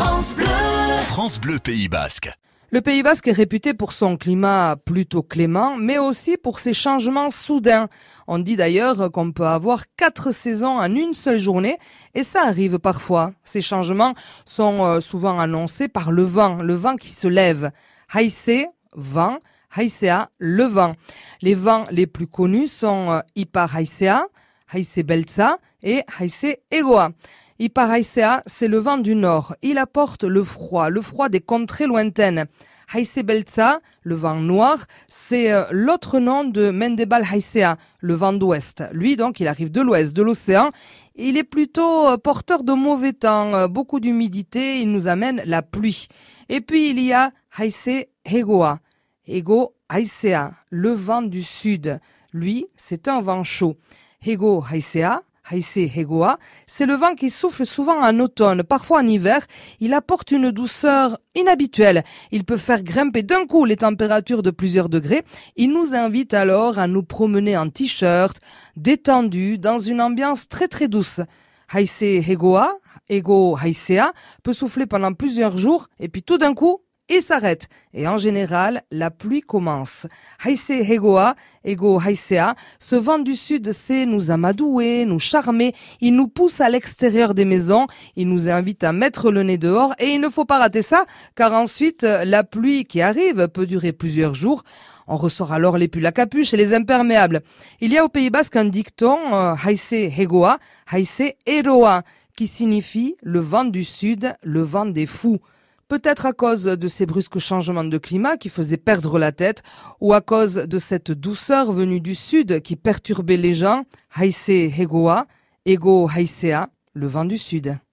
France Bleu Pays Basque. Le Pays Basque est réputé pour son climat plutôt clément, mais aussi pour ses changements soudains. On dit d'ailleurs qu'on peut avoir 4 saisons en une seule journée, et ça arrive parfois. Ces changements sont souvent annoncés par le vent qui se lève. Haïsé, vent, haïséa, le vent. Les vents les plus connus sont Ipar haïséa, haïsé beltza et haïsé egoa. Ipar haïséa, c'est le vent du nord. Il apporte le froid des contrées lointaines. Haïsé beltza, le vent noir, c'est l'autre nom de Mendebal haïséa, le vent d'ouest. Lui, donc, il arrive de l'ouest, de l'océan. Il est plutôt porteur de mauvais temps, beaucoup d'humidité, il nous amène la pluie. Et puis, il y a haïsé egoa, ego haïséa, le vent du sud. Lui, c'est un vent chaud. Ego haïséa, haïsé egoa, c'est le vent qui souffle souvent en automne, parfois en hiver. Il apporte une douceur inhabituelle. Il peut faire grimper d'un coup les températures de plusieurs degrés. Il nous invite alors à nous promener en t-shirt, détendu, dans une ambiance très très douce. Haïsé egoa, ego haïséa, peut souffler pendant plusieurs jours et puis tout d'un coup, il s'arrête. Et en général, la pluie commence. Haïsé egoa, ego haïséa, ce vent du sud sait nous amadouer, nous charmer. Il nous pousse à l'extérieur des maisons. Il nous invite à mettre le nez dehors. Et il ne faut pas rater ça, car ensuite, la pluie qui arrive peut durer plusieurs jours. On ressort alors les pulls à capuche et les imperméables. Il y a au Pays Basque un dicton, haïsé egoa, haïsé eroa, qui signifie le vent du sud, le vent des fous. Peut-être à cause de ces brusques changements de climat qui faisaient perdre la tête, ou à cause de cette douceur venue du sud qui perturbait les gens. Haïsé egoa, ego haïséa, le vent du sud.